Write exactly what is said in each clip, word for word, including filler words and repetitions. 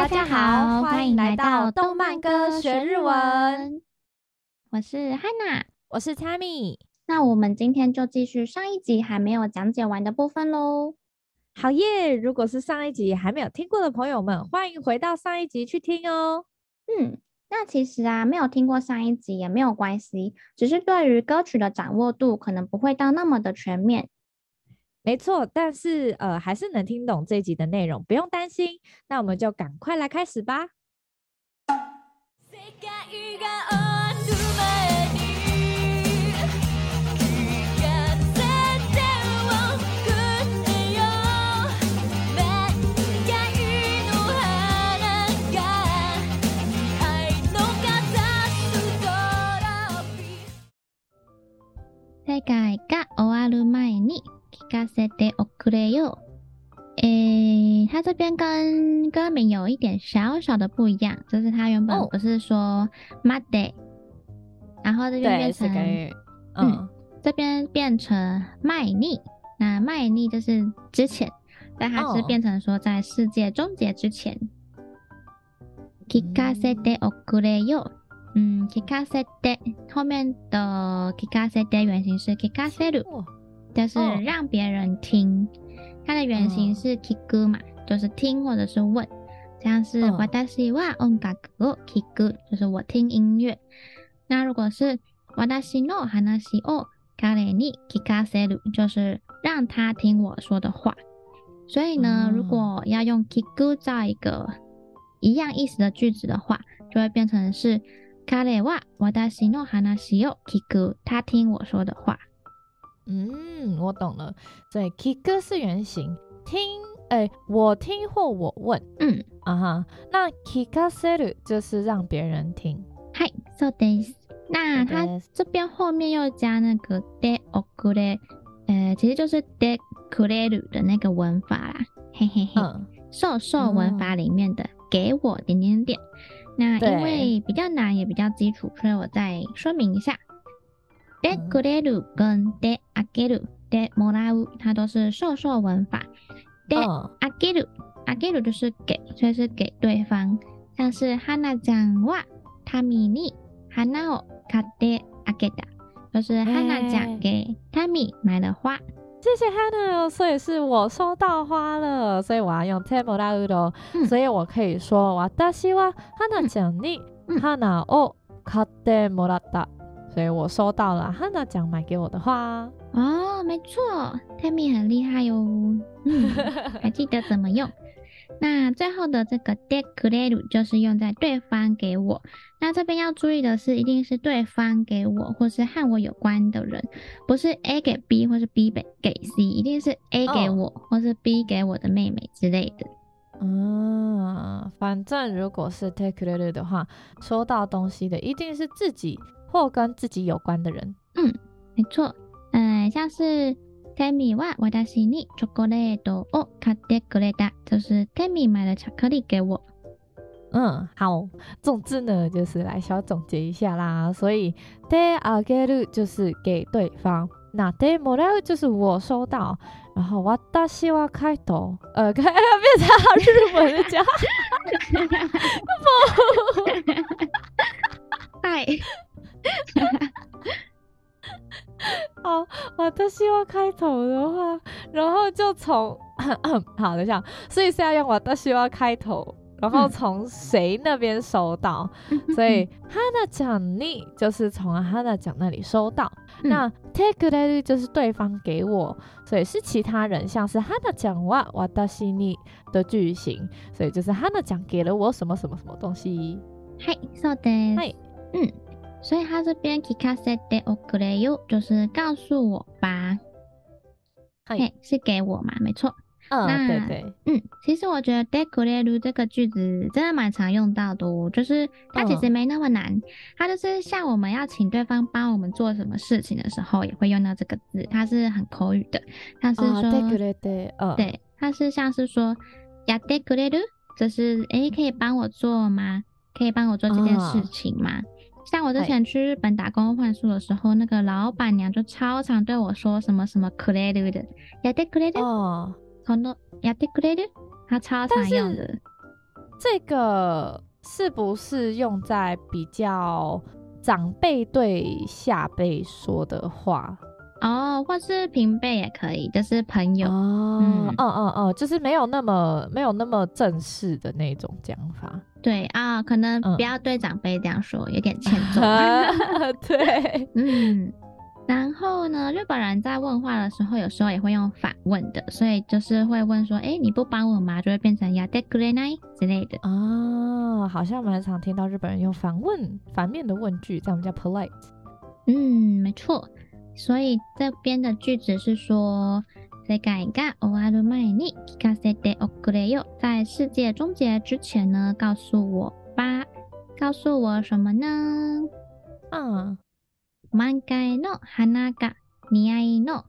大家好，欢迎来到动漫歌学日文。 我是 Hana， 我是 Tammy。 那我们今天就继续上一集还没有讲解完的部分咯。 好耶！如果是上一集还没有听过的朋友们，欢迎回到上一集去听哦。 嗯，那其实啊，没有听过上一集也没有关系，只是对于歌曲的掌握度可能不会到那么的全面。 没错，但是呃，还是能听懂这一集的内容，不用担心。那我们就赶快来开始吧。 世界が終わる前に聞かせておくれよ。诶，它这边跟歌名有一点小小的不一样，就是它原本不是说 Made，、oh. 然后这边变成嗯, 嗯，这边变成麦尼。那麦尼就是之前，但它是變成說在世界終結之前。聞かせておくれよ。嗯，聞かせて後面的聞かせて原型是聞かせる，就是讓別人聽。它的原型是聞く嘛，就是聽或者是問。像是私は音楽を聞く，就是我聽音樂。那如果是私の話を彼に聞かせる，就是讓他聽我說的話。所以呢，如果要用聞く造一個一樣意思的句子的話，就會變成是彼は私の話を聞く，他聽我說的話。 嗯，我懂了。所以聞く是原型，聽，哎，我聽或我問。 嗯， 啊哈。那聞かせる就是讓別人聽。 はい、そうです。那它这边后面又加那个でおくれ，呃，其实就是でくれる的那个文法啦，嘿嘿嘿，嗯、授受文法里面的、嗯、给我点点点。那因为比较难也比较基礎，所以我再说明一下。でくれる跟であげる、でもらう，它都是授受文法。であげる、あげる就是给，所以是给对方。像是花ちゃんはタミに花を買ってあげた，就是Hana讲给 Tammy 買了花。 謝謝 Hana， 所以是我收到花了，所以我要用てもらう咯、嗯、所以我可以說私はHanaちゃんに花を買ってもらった、嗯、所以我收到了Hanaちゃん買給我的花。 哦，没錯 Tammy 很厲害哦，嗯，還記得怎麼用。那最後的這個でくれる就是用在對方給我，那這邊要注意的是一定是對方給我或是和我有關的人，不是 A 給 B 或是 B 給 C， 一定是 A 給我、哦、或是 B 給我的妹妹之類的。 嗯，反正如果是でくれる的話，收到東西的一定是自己或跟自己有關的人。 嗯，沒錯，呃，像是Tammy は私にチョコレートを買ってくれた，就是 Tammy 買了巧克力給我。 嗯，好，总之呢，就是来小总结一下啦。所以であげる就是给对方，那でもらう就是我收到，然後私は買う，呃，變成日文的講， 嗨。 好，私は買う的話，然後就從好，等一下，所以是要用私は買う。然後從誰那邊收到、嗯、所以花ちゃんに就是從花ちゃん那裡收到、嗯、那てくれる就是對方給我，所以是其他人，像是花ちゃんは私に的句型，所以就是花ちゃん給了我什麼什麼什麼東西。 はい、そうです。はい，嗯，所以他這邊聞かせておくれよ就是告訴我吧，はい，是給我嘛，沒錯。 嗯，对对， 嗯，其实我觉得でくれる这个句子真的蛮常用到的哦，就是它其实没那么难，嗯、它就是像我们要請對方幫我們做什麼事情的時候，也會用到這個字，它是很口語的，它是說， でくれて、嗯， 對，它是像是說やってくれる，就是誒可以幫我做嗎？可以幫我做這件事情嗎？嗯、像我之前去日本打工換宿的時候，那個老闆娘就超常對我說什麼什麼くれる的，やってくれる。哦，このやってくれる，他超常用的。 这个是不是用在比较长辈对下辈说的话？ 哦，或是平辈也可以，就是朋友。 哦，嗯嗯嗯嗯，就是没有那么没有那么正式的那种讲法。 对啊，可能不要对长辈这样说，有点欠揍。 对， 嗯。然后呢，日本人在问话的时候，有时候也会用反问的，所以就是会问说：“哎，你不帮我吗？”就会变成やってくれない之类的。 哦，好像蛮常听到日本人用反问、反面的问句，这样叫 polite。 嗯，没错。所以这边的句子是说，世界が終わる前に聞かせておくれよ。在世界终结之前呢，告诉我吧。告诉我什么呢？ 嗯。 満開の花が似合いの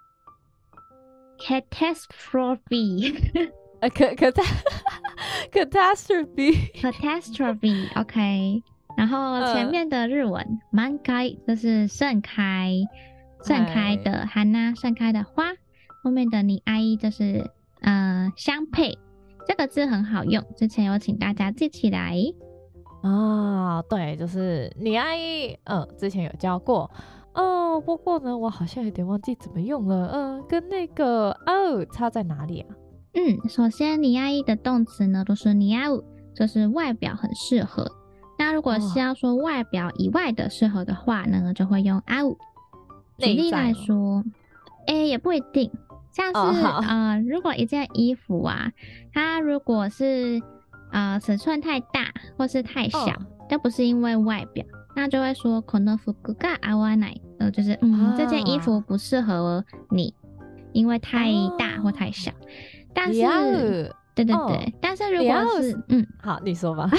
catastrophe 呃，可可在 catastrophe catastrophe OK， 然后前面的日文満開就是盛开，盛开的花，盛开的花，后面的似合い就是呃相配，这个字很好用，之前有请大家记起来。 哦，对，就是你阿姨，嗯，之前有教过，哦，不过呢，我好像有点忘记怎么用了，嗯，跟那个哦差在哪里啊？ 嗯，首先你阿姨的动词呢都是似合う，就是外表很适合。那如果是要说外表以外的适合的话呢，就会用合う。举例来说，诶，也不一定，像是、哦、呃，如果一件衣服啊，它如果是呃，尺寸太大或是太小，都、oh. 不是因为外表，那就会说この服が合わない，呃，就是嗯、啊，这件衣服不适合你，因为太大或太小。Oh. 但是，对对对， oh. 但是如果是嗯， 好，你说吧。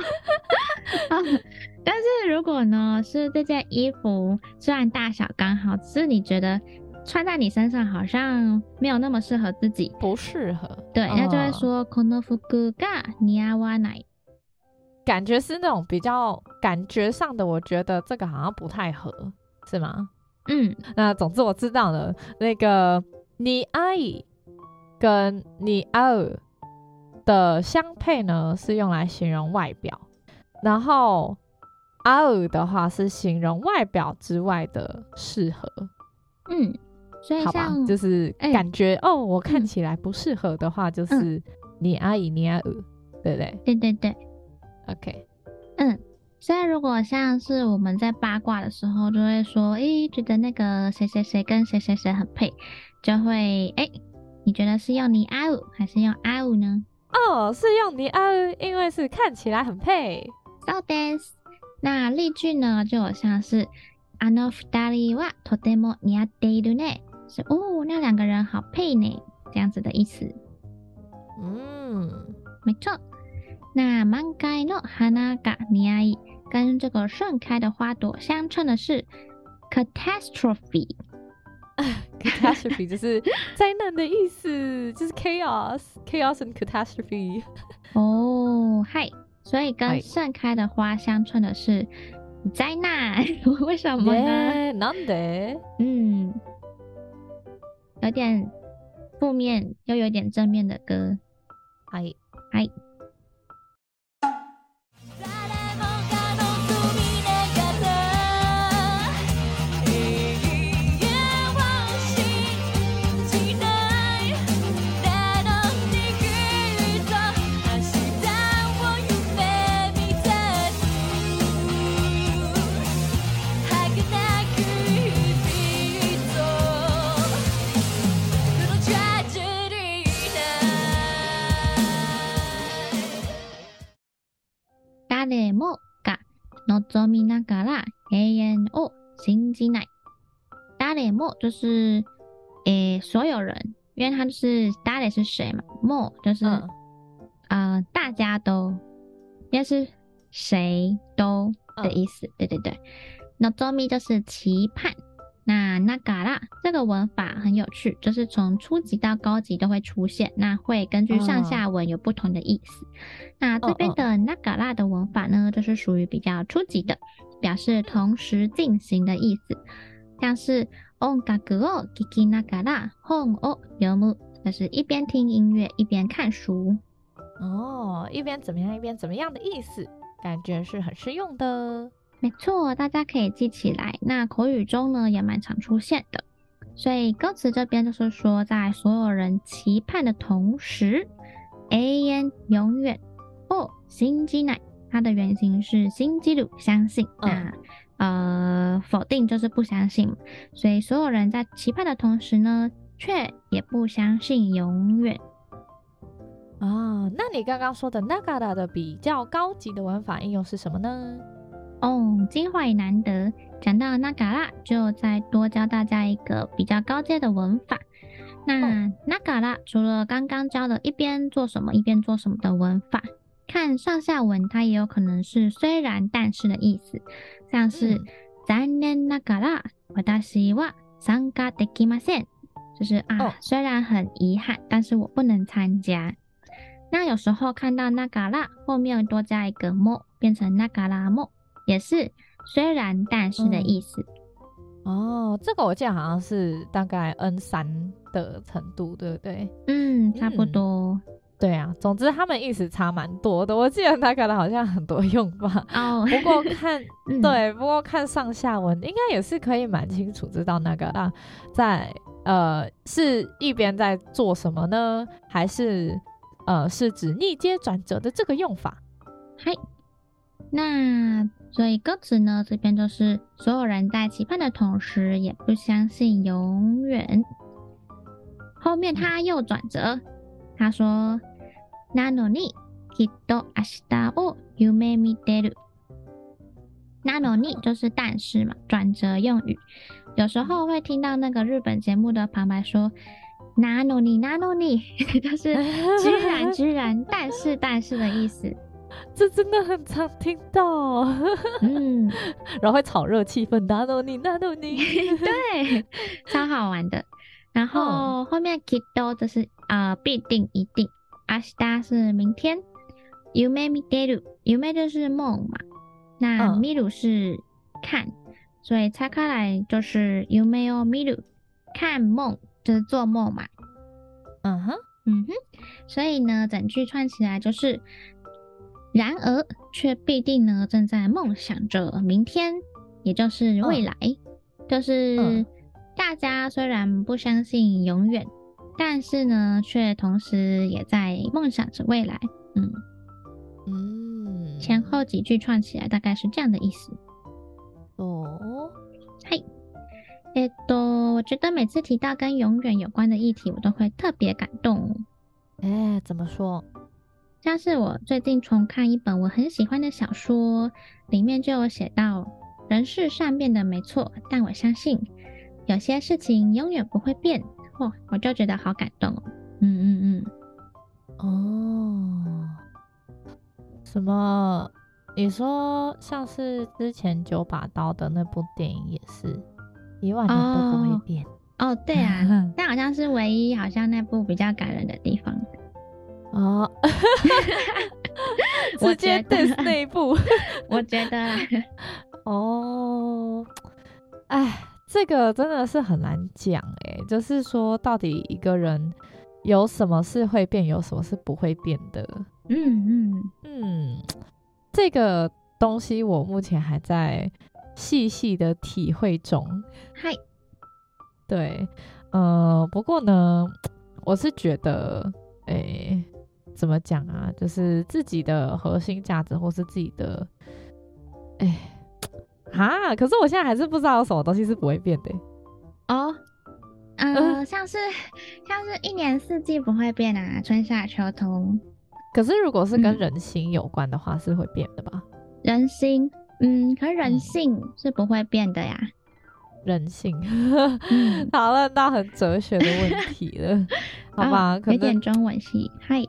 但是如果呢是这件衣服虽然大小刚好，只是你觉得穿在你身上好像没有那么适合自己， 不适合， 对，那就会说この服が似合わない， 感觉是那种比較感覺上的，我觉得这个好像不太合，是吗？ 嗯， 那总之我知道了，那个似合い跟似合う的相配呢是用来形容外表，然后合う的话是形容外表之外的适合。 嗯，所以像就是感觉、欸、哦，我看起来不适合的话，就是似合い似合う，对不对？ 对对对 ，OK， 嗯，所以如果像是我们在八卦的时候，就会说，诶，觉得那个谁谁谁跟谁谁谁很配，就会，诶，你觉得是用似合う还是用合う呢？ 哦，是用似合う，因为是看起来很配。 そうです。那例句呢，就有像是あの二人はとても似合っているね。是哦，那两个人好配呢，这样子的意思。 嗯， 没错。那満開の花が似合い，跟这个盛开的花朵相称的是 catastrophe。 catastrophe 就是灾难的意思，就是 chaos，chaos and catastrophe。 哦，嗨，所以跟盛开的花相称的是灾难，为什么呢？ 欸、なんで？ 嗯。有点负面又有点正面的歌， 嗨嗨。誰もが望みながら永遠を信じない。誰も就是诶所有人，因为他就是誰是谁嘛，も就是、嗯、呃大家都，应该是谁都的意思。嗯、对对对，望み就是期盼。那那嘎啦这个文法很有趣，就是从初级到高级都会出现，那会根据上下文有不同的意思。Oh. 那这边的那嘎啦的文法呢，就是属于比较初级的，表示同时进行的意思，像是音楽を聴きながら本を読む，就是一边听音乐一边看书。 哦，一边怎么样一边怎么样的意思，感觉是很实用的。 没错，大家可以记起来。那口语中呢也蛮常出现的，所以歌词这边就是说，在所有人期盼的同时，永遠永遠を信じない，它的原型是信じる相信， 嗯、 那呃否定就是不相信，所以所有人在期盼的同时呢，却也不相信永远。 哦，那你刚刚说的那嘎达的比较高级的文法应用是什么呢？ 哦，机会难得，讲到那嘎啦，就再多教大家一个比较高阶的文法。那那嘎啦除了刚刚教的一边做什么一边做什么的文法，看上下文它也有可能是虽然但是的意思，像是、 嗯、 残念ながら私は参加できません，就是啊、 哦、 虽然很遗憾，但是我不能参加。那有时候看到那嘎啦后面多加一个も，变成那嘎啦も，也是虽然但是的意思。 嗯、哦，这个我记得好像是大概 N 三 的程度，对不对？ 嗯，差不多。 嗯、对啊，总之他们意思差蛮多的。我记得那个的好像很多用法哦， 不过看、 嗯、 对，不过看上下文应该也是可以蛮清楚知道那个啦，在呃是一边在做什么呢？还是呃是指逆接转折的这个用法？ 嗨，那所以歌词呢这边就是所有人在期盼的同时也不相信永远。后面他又转折，他说なのにきっと明日を夢見てる。なのに就是但是嘛，转折用语。有时候会听到那个日本节目的旁白说なのになのに就是居然居然但是但是的意思。 这真的很常听到， 嗯， 然后会炒热气氛，なのになのに， 对，超好玩的。然后后面きっと就是呃必定一定，明日是明天，夢見てる，夢就是梦嘛，那見る是看，所以拆开来就是夢を見る，看梦就是做梦嘛。 嗯哼， 嗯哼，所以呢，整句串起来就是。然而，却必定呢正在梦想着明天，也就是未来。嗯、就是、嗯、大家虽然不相信永远，但是呢，却同时也在梦想着未来。嗯嗯，前后几句串起来大概是这样的意思。哦，嘿，えっと，我觉得每次提到跟永远有关的议题，我都会特别感动。 哎，怎么说？ 像是我最近重看一本我很喜欢的小说，里面就有写到人是善变的没错，但我相信有些事情永远不会变。哦，我就觉得好感动哦。嗯嗯嗯。哦，什么？你说像是之前九把刀的那部电影也是一万年都不会变。 哦，哦对啊，但好像是唯一好像那部比较感人的地方。 哦，直接 diss 那一部， 我觉得啦， 哦，哎，这个真的是很难讲哎，就是说到底一个人有什么是会变，有什么是不会变的。 嗯嗯嗯，这个东西我目前还在细细的体会中。 嗨， 对，呃，不过呢，我是觉得，哎。怎么讲啊？就是自己的核心价值，或是自己的，哎，哈！可是我现在还是不知道有什么东西是不会变的。 哦，呃，呃像是像是一年四季不会变啊，春夏秋冬。 可是如果是跟人心有关的话，嗯、是会变的吧？ 人心，嗯，可是人性是不会变的呀。 人性，嗯、好了，那很哲学的问题了，好吧？ 哦、有点中文系，嗨。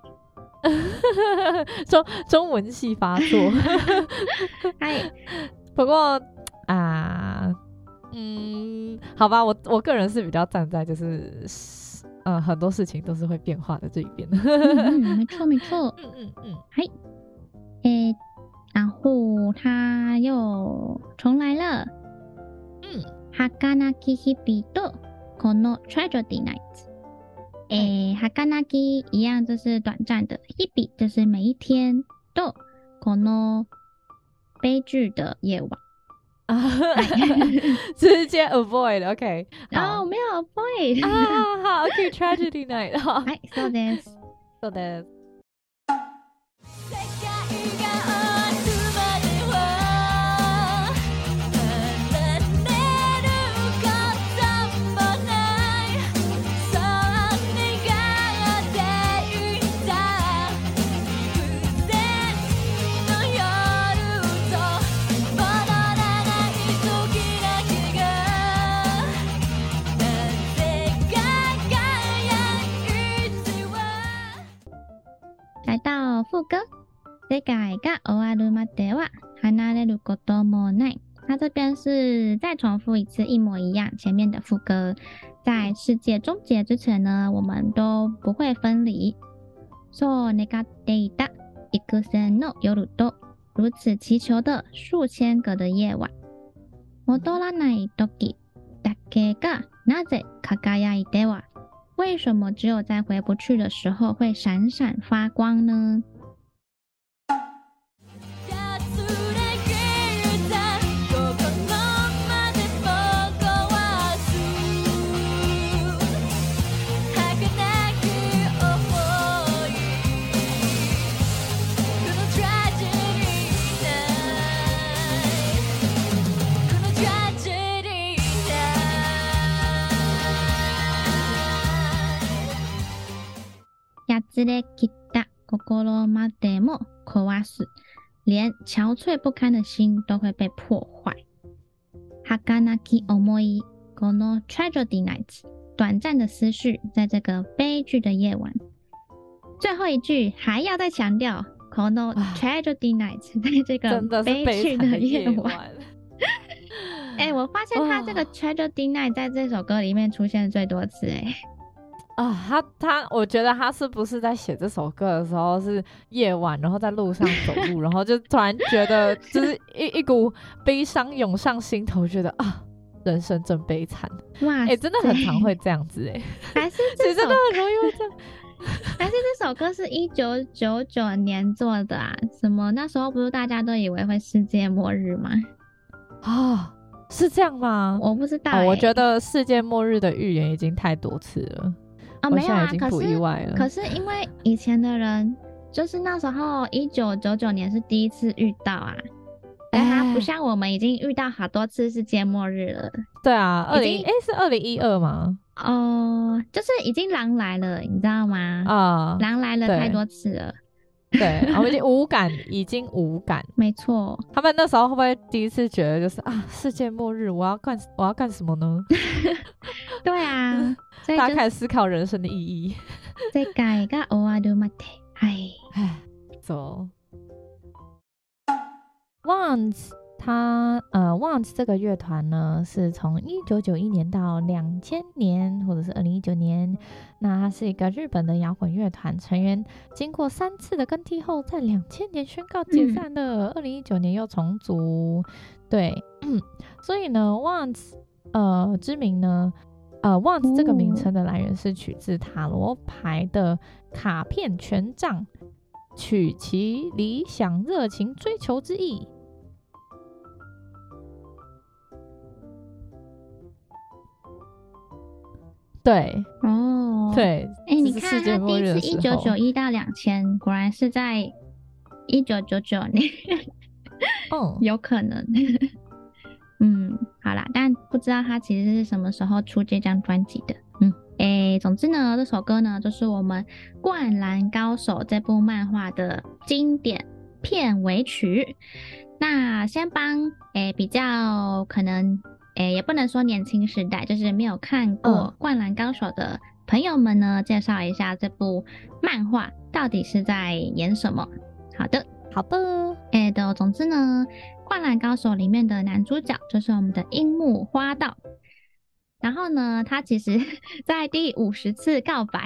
中中文系发作， 哎， 不过啊，嗯，好吧，我我个人是比较站在就是，呃，很多事情都是会变化的这一边。 嗯，没错没错， 嗯嗯嗯， 嗨，诶，然后他又重来了， 嗯， 儚き日々とこの tragedy night。 诶，哈嘎纳基一样，就是短暂的，一比就是每一天都この悲剧的夜晚啊，直接 avoid，OK，、okay, 哦，没有 avoid 啊，好 ，OK，tragedy night， 好， はい、そうです。 そうです。 来到副歌，世界が終わるまでは離れることもない。它这边是再重复一次，一模一样。前面的副歌，在世界终结之前呢，我们都不会分離。そう願っていた幾千の夜と、如此祈求的数千个的夜晚。戻らない時だけがなぜ輝いては。为什么只有在回不去的时候会闪闪发光呢？やつれきった心までも壊す，连憔悴不堪的心都会被破坏。儚き思い、この tragedy night， 短暂的思绪，在这个悲剧的夜晚。最后一句还要再强调，この tragedy night， 在这个悲剧的夜晚。哎、欸，我发现他这个 tragedy night 在这首歌里面出现最多次、欸，哎。 啊，他他，我觉得他是不是在写这首歌的时候是夜晚，然后在路上走路，然后就突然觉得就是一一股悲伤涌上心头，觉得啊，人生真悲惨。哇，哎、欸，真的很常会这样子哎、 欸，还是这首真的很容易会这样。 还是这首歌是一九九九年做的啊？什么那时候不是大家都以为会世界末日吗？ 啊，是这样吗？ 我不知道、欸哦。我觉得世界末日的预言已经太多次了。 哦，没有啊， 已经不意外了。 可是可是因为以前的人，就是那时候一九九九年是第一次遇到啊，但他不像我们已经遇到好多次世界末日了。 对啊，二零哎是二零一二吗？ 哦，就是已经狼来了，你知道吗？ 啊、 狼来了太多次了。 对，我们已经无感，已经无感。 没错， 他们那时候会不会第一次覺得就是啊，世界末日，我要干我要干什麼呢？ 对啊，所以大家開始思考人生的意義。 世界が終わるまで，哎， 走。Once 他呃 Once 这个乐团呢，是从一九九一年到两千年，或者是二零一九年。那它是一个日本的摇滚乐团，成员经过三次的更替后，在两千年宣告解散了，二零一九年又重组。对，所以呢 Once 呃知名呢呃 Once 这个名称的来源是取自塔罗牌的卡片权杖，取其理想、热情、追求之意。对哦， 对， 哎、欸，你看他第一次一九九一到两千，果然是在一九九九年， 嗯， 有可能，嗯，好啦，但不知道他其实是什么时候出这张专辑的，嗯，哎、欸，总之呢，这首歌呢，就是我们《灌篮高手》这部漫画的经典片尾曲。那先帮哎、欸、比较可能。诶，也不能说年轻时代，就是没有看过《灌篮高手》的朋友们呢，嗯、介绍一下这部漫画到底是在演什么。好的， 好的。 诶的，总之呢，《灌篮高手》里面的男主角就是我们的樱木花道。然后呢，他其实在第五十次告白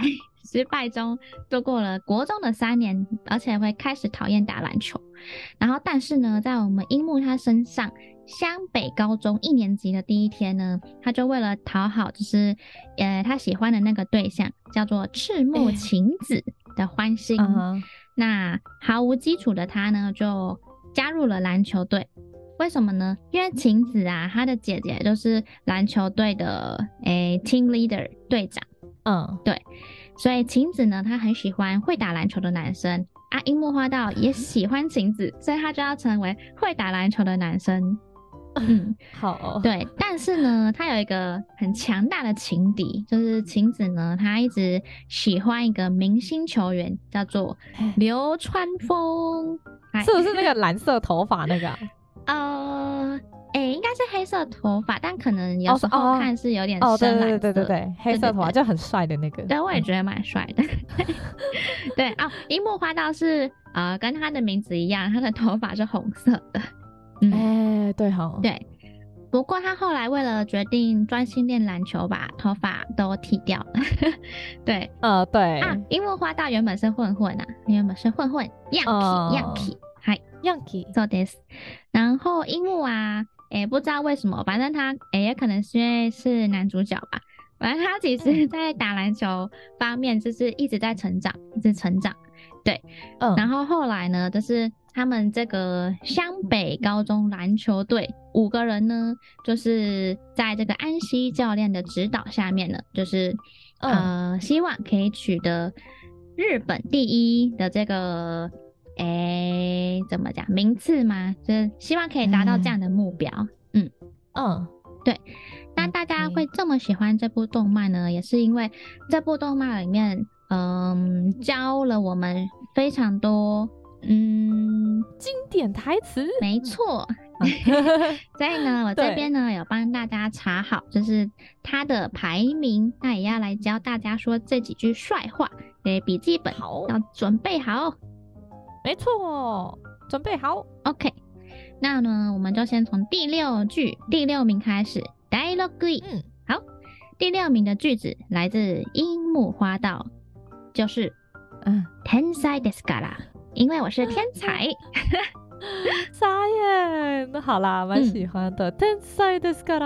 失败中度过了国中的三年，而且会开始讨厌打篮球。然后，但是呢，在我们樱木他身上，湘北高中一年级的第一天呢，他就为了讨好就是呃他喜欢的那个对象，叫做赤木晴子的欢心， 嗯、 那毫无基础的他呢，就加入了篮球队。为什么呢？因为晴子啊，她的姐姐就是篮球队的诶 team leader 队长， 嗯， 对，所以晴子呢，她很喜欢会打篮球的男生啊。樱木花道也喜欢晴子，所以他就要成为会打篮球的男生。嗯， 好、哦， 对，但是呢，他有一个很强大的情敌，就是晴子呢，他一直喜欢一个明星球员，叫做流川枫， 是不是那个蓝色头发那个、啊？ 呃，诶，应该是黑色头发，但可能有时候看是有点深蓝色。 哦，对对对对对，黑色头发就很帅的那个。 对，我也觉得蛮帅的。对哦，樱木花道是呃，跟他的名字一样，他的头发是红色的。 嗯，哎、欸，对哈， 对。不过他后来为了决定专心练篮球，把头发都剃掉了。对， 呃，对啊，樱木花道原本是混混啊，原本是混混 ，Yankee Yankee，嗨 Yankee， そうです。然后樱木啊，诶，不知道为什么，反正他诶也可能是因为是男主角吧，反正他其实在打篮球方面就是一直在成长，一直成长。对，嗯，然后后来呢，就是他们这个湘北高中篮球队五个人呢，就是在这个安西教练的指导下面呢，就是、嗯、呃，希望可以取得日本第一的这个，诶，怎么讲名次吗？就是希望可以达到这样的目标。嗯嗯，对。那大家会这么喜欢这部动漫呢，也是因为这部动漫里面。嗯，教了我们非常多嗯经典台词， 没错。所以呢，我这边呢有帮大家查好，就是它的排名，那也要来教大家说这几句帅话。对，笔记本好，要准备好。 没错，准备好。 OK， 那呢，我们就先从第六句第六名开始。第六句，嗯，好，第六名的句子来自樱木花道。就是，嗯，天才ですから，因为我是天才。 傻眼，那好啦，蛮喜欢的。嗯、天才ですから，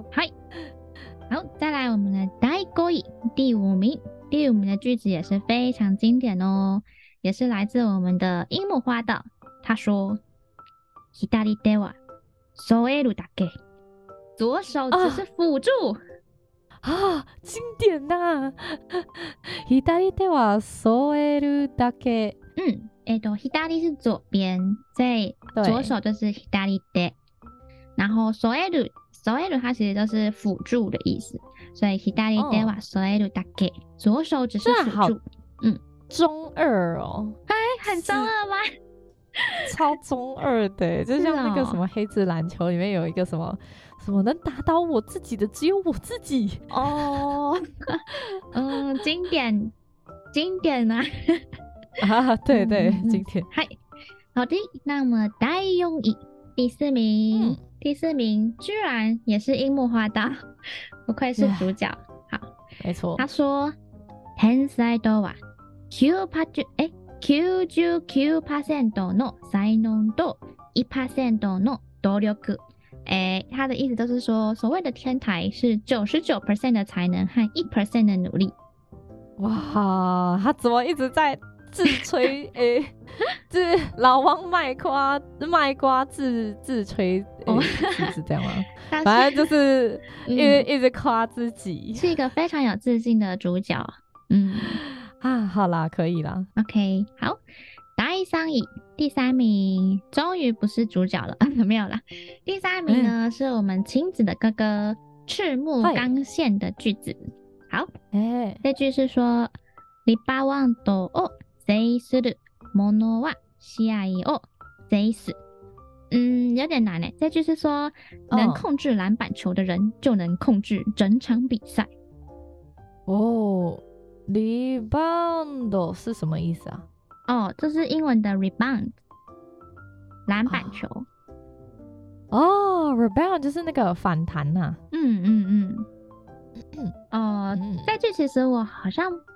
嗨，好，再来我们的第五位，第五名，第五名的句子也是非常经典哦，也是来自我们的樱木花道。他说：“左手は添えるだけ，左手只是辅助。啊” 啊，经典呐、啊！左手は添えるだけ。 嗯，えっと，左是左边，所以左手就是左手。然后添える，添える它其实就是辅助的意思，所以左手は添えるだけ，左手只是辅助。嗯， 中二哦， 哎，很中二吗？ 超中二的，就像那个什么黑子篮球里面有一个什么。什么能打倒我自己的只有我自己哦，嗯，经典，经典啊！ 啊，对对，嗯、经典。 嗨，好的，那麼第四位，第四名、嗯，第四名居然也是樱木花道，不愧是主角。好， 没错。 他说：“天才とは九パーえ九十九パーセントの才能と一パーセントの努力。”诶，他的意思就是说，所谓的天才是 百分之九十九 的才能和 百分之一 的努力。 哇，他怎么一直在自吹？诶，这老王卖瓜卖瓜自自吹，哦、是是这样吗？反正就是一直、嗯、一直夸自己， 是一个非常有自信的主角。嗯， 啊，好啦，可以啦。 OK， 好。第三位，第三名终于不是主角了，没有啦。第三名呢、嗯、是我们晴子的哥哥赤木刚宪的句子。好，哎，这句是说リバウンドを制する者は試合を制す。嗯，有点难诶。这句是说能控制篮板球的人就能控制整场比赛。 哦，リバウンド是什么意思啊？ 哦，这是英文的 rebound， 篮板球。 哦, 哦 rebound 就是那个反弹呐、啊。 嗯嗯嗯。哦、呃，这句其实我好像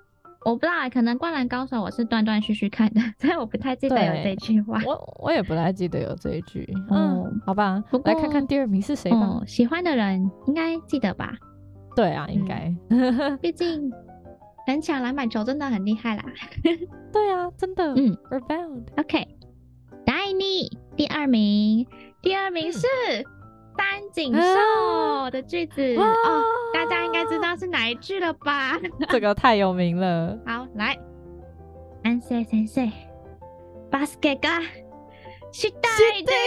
我不知道欸，可能《灌篮高手》我是断断续续看的，所以我不太记得有这句话。 我我也不太记得有这一句。嗯， 哦， 好吧， 不过来看看第二名是谁吧。 哦，喜欢的人应该记得吧？ 对啊，应该。 毕竟能抢篮板球真的很厉害啦。 对啊，真的。 嗯 ，rebound。 OK， 第二第二名，第二名是三井寿的句子、 啊、 哦，大家应该知道是哪一句了吧？ 这个太有名了。 好，来，安西先生，バスケがしたいです。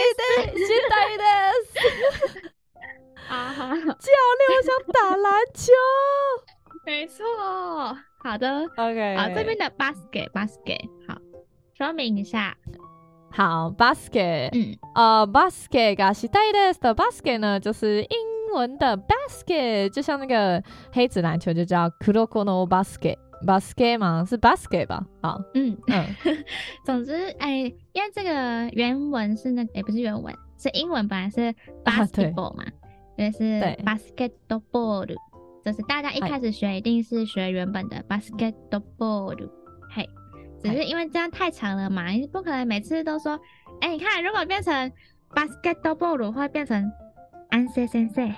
したいです。 啊， 教练，我想打篮球。 没错，好的 ，OK， 好，这边的 basket basket， 好，说明一下。 好 ，basket， 嗯， 呃 ，basket がしたいです的 basket 呢，就是英文的 basket， 就像那个黑子篮球就叫黒子のbasket。basket 吗？是 basket 吧？好， 嗯嗯， 总之，哎，因为这个原文是那个，哎，不是原文，是英文，本来是 basketball 嘛，所以是 basketball， 就是大家一开始学一定是学原本的 basketball， 嘿，只是因为这样太长了嘛，你不可能每次都说，哎，你看，如果变成 basketball 会变成安西先生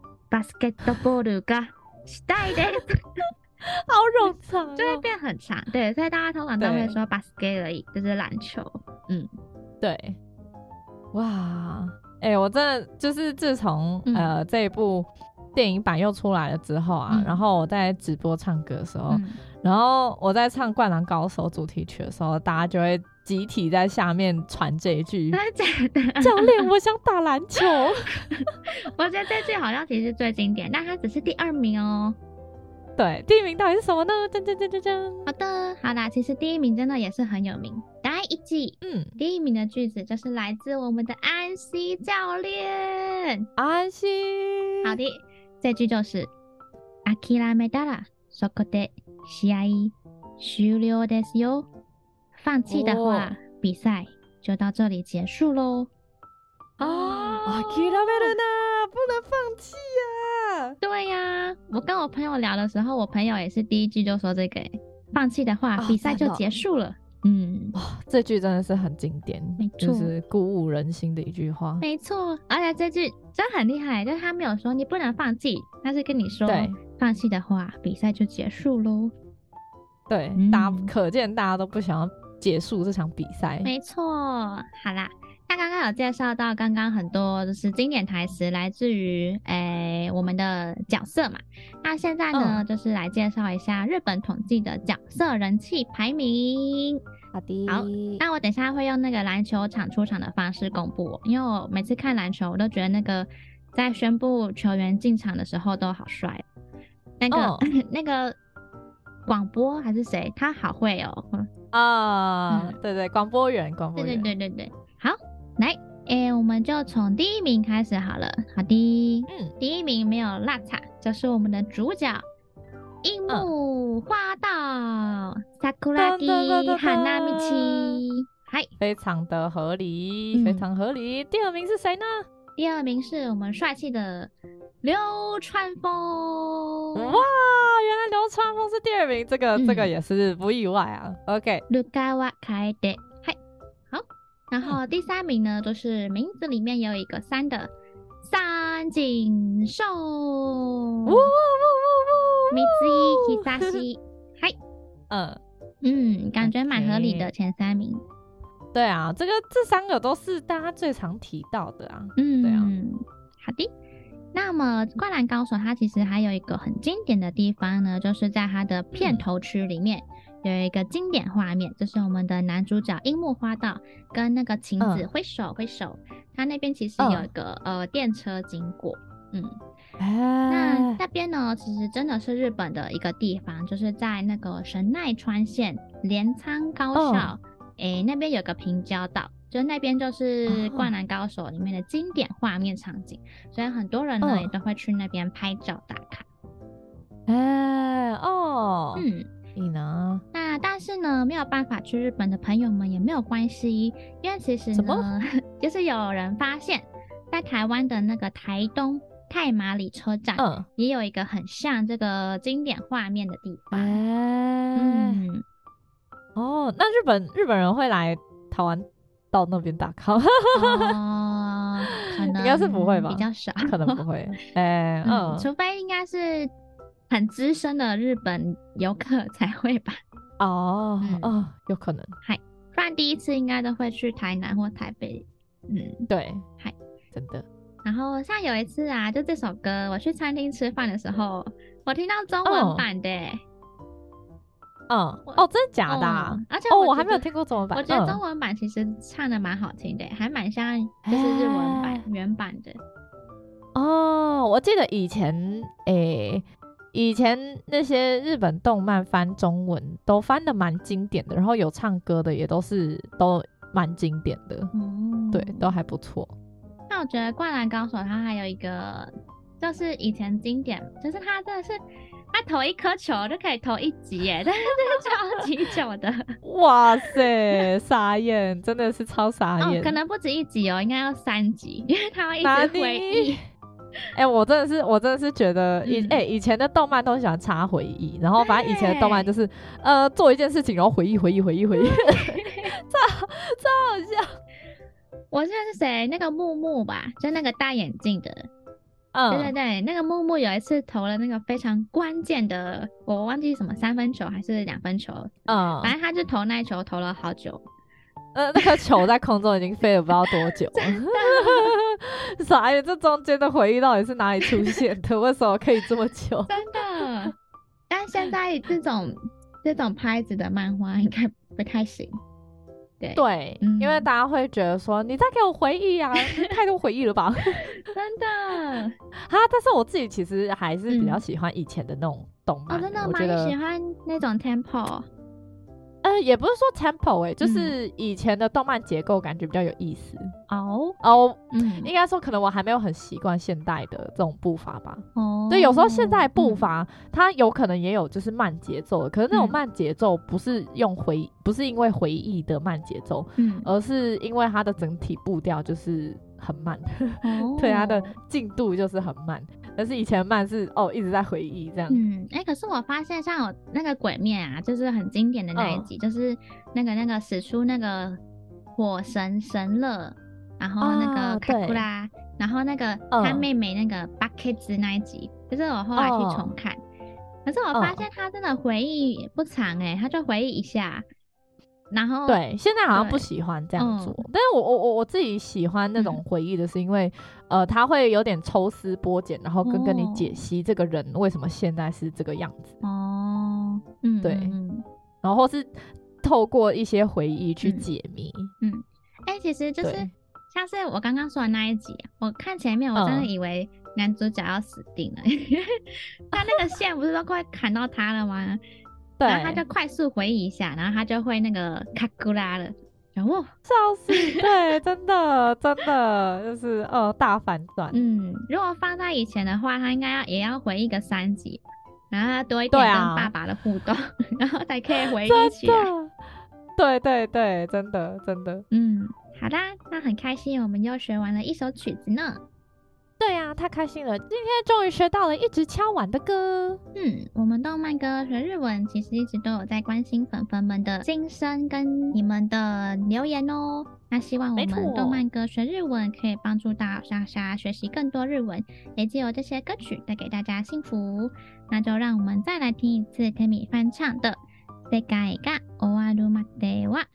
basketball がしたいです。 好冗长、哦， 就会变很长，对，所以大家通常都会说 basket 而已，就是篮球。嗯， 对，哇，哎、欸，我真的就是自从、嗯、呃这一部电影版又出来了之后啊，嗯、然后我在直播唱歌的时候，嗯、然后我在唱《灌篮高手》主题曲的时候，大家就会集体在下面传这一句：“ 真的假的？ 教练，我想打篮球。” 我觉得这句好像其实是最经典，但它只是第二名哦。 对，第一名到底是什么呢？噔噔噔噔噔。 好的，好啦，其实第一名真的也是很有名。第一季，嗯，第一名的句子就是来自我们的安西教练。 安西， 好的，这句就是諦めたらそこで試合終了ですよ。放弃的话，哦、比赛就到这里结束喽。 哦，諦めるな，不能放弃啊！ 对呀、啊，我跟我朋友聊的时候，我朋友也是第一句就说这个，放弃的话，比赛就结束了。嗯， 哇、哦，这句真的是很经典， 没错， 就是鼓舞人心的一句话。 没错，而且这句真的很厉害，就是他没有说你不能放弃，他是跟你说，放弃的话，比赛就结束喽。 对，嗯、大家可见大家都不想要结束这场比赛。 没错，好啦。那刚刚有介绍到，刚刚很多就是经典台词来自于诶、欸、我们的角色嘛。那现在呢，嗯、就是来介绍一下日本统计的角色人气排名。 好的。 好，那我等一下会用那个篮球场出场的方式公布，因为我每次看篮球，我都觉得那个在宣布球员进场的时候都好帅。那个、哦、那个广播还是谁，他好会哦。 啊、嗯，对对，广播员，广播员， 对对对对对，好。来，诶、欸，我们就从第一名开始好了。好的，嗯，第一名没有落差，就是我们的主角樱木花道 Sakuragi Hanamichi， 嗨， 非常的合理，嗯、非常合理。第二名是谁呢？ 第二名是我们帅气的流川枫。 哇，原来流川枫是第二名，这个、嗯、这个也是不意外啊。OK， ルカワカエデ。然后第三名呢，就是名字里面有一个三的三井寿，呜呜呜呜，三井久，嗨，嗯嗯，感觉蛮合理的前三名。 对啊，这个这三个都是大家最常提到的啊。 嗯， 对啊。 好的，那么《灌篮高手》它其实还有一个很经典的地方呢，就是在它的片头曲里面。嗯有一个经典画面，就是我们的男主角樱木花道跟那个晴子挥手挥手，他那边其实有一个、嗯、呃电车经过，嗯，欸、那那边呢其实真的是日本的一个地方，就是在那个神奈川县镰仓高校，诶、嗯欸、那边有个平交道，就那边就是《灌篮高手》里面的经典画面场景，所以很多人呢、嗯、也都会去那边拍照打卡。 哎、欸、哦， 嗯。 你呢？ 那但是呢，没有办法去日本的朋友们也没有关系，因为其实呢，就是有人发现，在台湾的那个台东太马里车站， 嗯， 也有一个很像这个经典画面的地方。 哎、 嗯， 哦，那日本日本人会来台湾到那边打卡？ 哦，可能应该是不会吧， 比较少， 可能不会。哎、欸， 嗯， 嗯， 除非应该是很资深的日本游客才会吧。 哦， 嗯哦，有可能， 嗨，不然第一次应该都会去台南或台北。嗯， 对， 嗨， 真的。 然后像有一次啊，就这首歌，我去餐厅吃饭的时候，我听到中文版的、欸。 嗯，哦，真的假的、啊嗯？而且哦， 我我还没有听过中文版。 我觉得嗯中文版其实唱的蛮好听的、欸，还蛮像就是日文版、 欸、 原版的。 哦，我记得以前诶、欸，以前那些日本动漫翻中文都翻的蛮经典的，然后有唱歌的也都是都蛮经典的。嗯，对，都还不错。 那我觉得《灌篮高手》它还有一个，就是以前经典，就是它真的是，它投一颗球就可以投一集耶，但是超级久的。 哇塞，傻眼，真的是超傻眼。 哦，可能不止一集哦，应该要三集，因为它要一直回忆。 哎、欸，我真的是，我真的是觉得以哎、嗯欸、以前的动漫都喜欢插回忆，然后反正以前的动漫就是呃做一件事情，然后回忆回忆回忆回忆，超超好笑。 我记得是谁？那个木木吧，就那个戴眼镜的。嗯，对对对，那个木木有一次投了那个非常关键的，我忘记什么三分球还是两分球。嗯，反正他就投那一球投了好久。 呃，那个球在空中已经飞了不知道多久了。傻眼，这中间的回忆到底是哪里出现的？为什么可以这么久？ 真的。但现在这种这种拍子的漫画应该不太行。对, 对、嗯，因为大家会觉得说你在给我回忆啊，太多回忆了吧？ 真的。 哈，但是我自己其实还是比较喜欢以前的那种动漫。 哦，真的吗？ 你喜欢那种 tempo？ 呃，也不是说 tempo 哎、欸，就是以前的动漫结构感觉比较有意思。 哦哦， 嗯， 应该说可能我还没有很习惯现代的这种步伐吧。 哦， 对，有时候现在步伐、嗯、它有可能也有就是慢节奏的，可是那种慢节奏不是用回、嗯、不是因为回忆的慢节奏，嗯，而是因为它的整体步调就是很慢。哦、对，它的进度就是很慢。但是以前慢是哦一直在回忆这样。 嗯，哎、欸，可是我发现像有那个鬼面啊，就是很经典的那一集，嗯、就是那个那个使出那个火神神乐，然后那个卡库拉，然后那个他妹妹那个巴克兹那一集，嗯、就是我后来去重看，哦、可是我发现他真的回忆不长哎、欸，他就回忆一下。然后对，现在好像不喜欢这样做，嗯、但是我我我我自己喜欢那种回忆的，是因为、嗯、呃，他会有点抽丝剥茧，然后跟跟你解析这个人为什么现在是这个样子。哦，嗯，对，嗯、然后是透过一些回忆去解谜。 嗯，哎、嗯欸，其实就是像是我刚刚说的那一集，我看前面我真的以为男主角要死定了，嗯、他那个线不是都快砍到他了吗？然后他就快速回忆一下，然后他就会那个卡古拉了，然后笑死，对，真的真的就是呃大反转。 嗯，如果放在以前的话，他应该要也要回忆个三集，然后他多一点跟爸爸的互动，啊、然后才可以回忆起来。 对对对，真的真的。 嗯，好啦，那很开心，我们又学完了一首曲子呢。 对啊，太开心了！今天终于学到了一直敲碗的歌。 嗯，我们动漫歌学日文其实一直都有在关心粉粉们的心声跟你们的留言哦。那希望我们动漫歌学日文可以帮助到莎莎学习更多日文，也藉由这些歌曲带给大家幸福。那就让我们再来听一次 Temi 翻唱的《世界が終わるまでは》。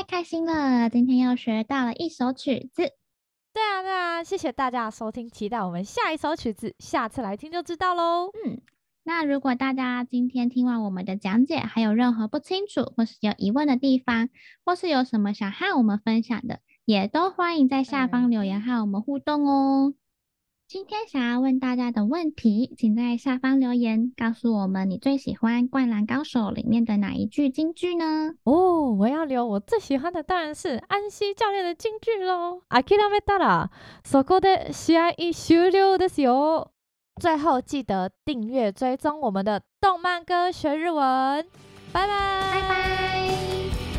太开心了，今天又学到了一首曲子。 对啊对啊，谢谢大家的收听，期待我们下一首曲子，下次来听就知道咯。 嗯，那如果大家今天听完我们的讲解，还有任何不清楚或是有疑问的地方，或是有什么想和我们分享的，也都欢迎在下方留言和我们互动哦。今天想要问大家的问题，请在下方留言，告诉我们你最喜欢《灌篮高手》里面的哪一句金句呢？ 哦，我要留我最喜欢的当然是安西教练的金句咯。諦めたらそこで試合終了ですよ。最后记得订阅追踪我们的动漫歌学日文，拜拜， 拜拜。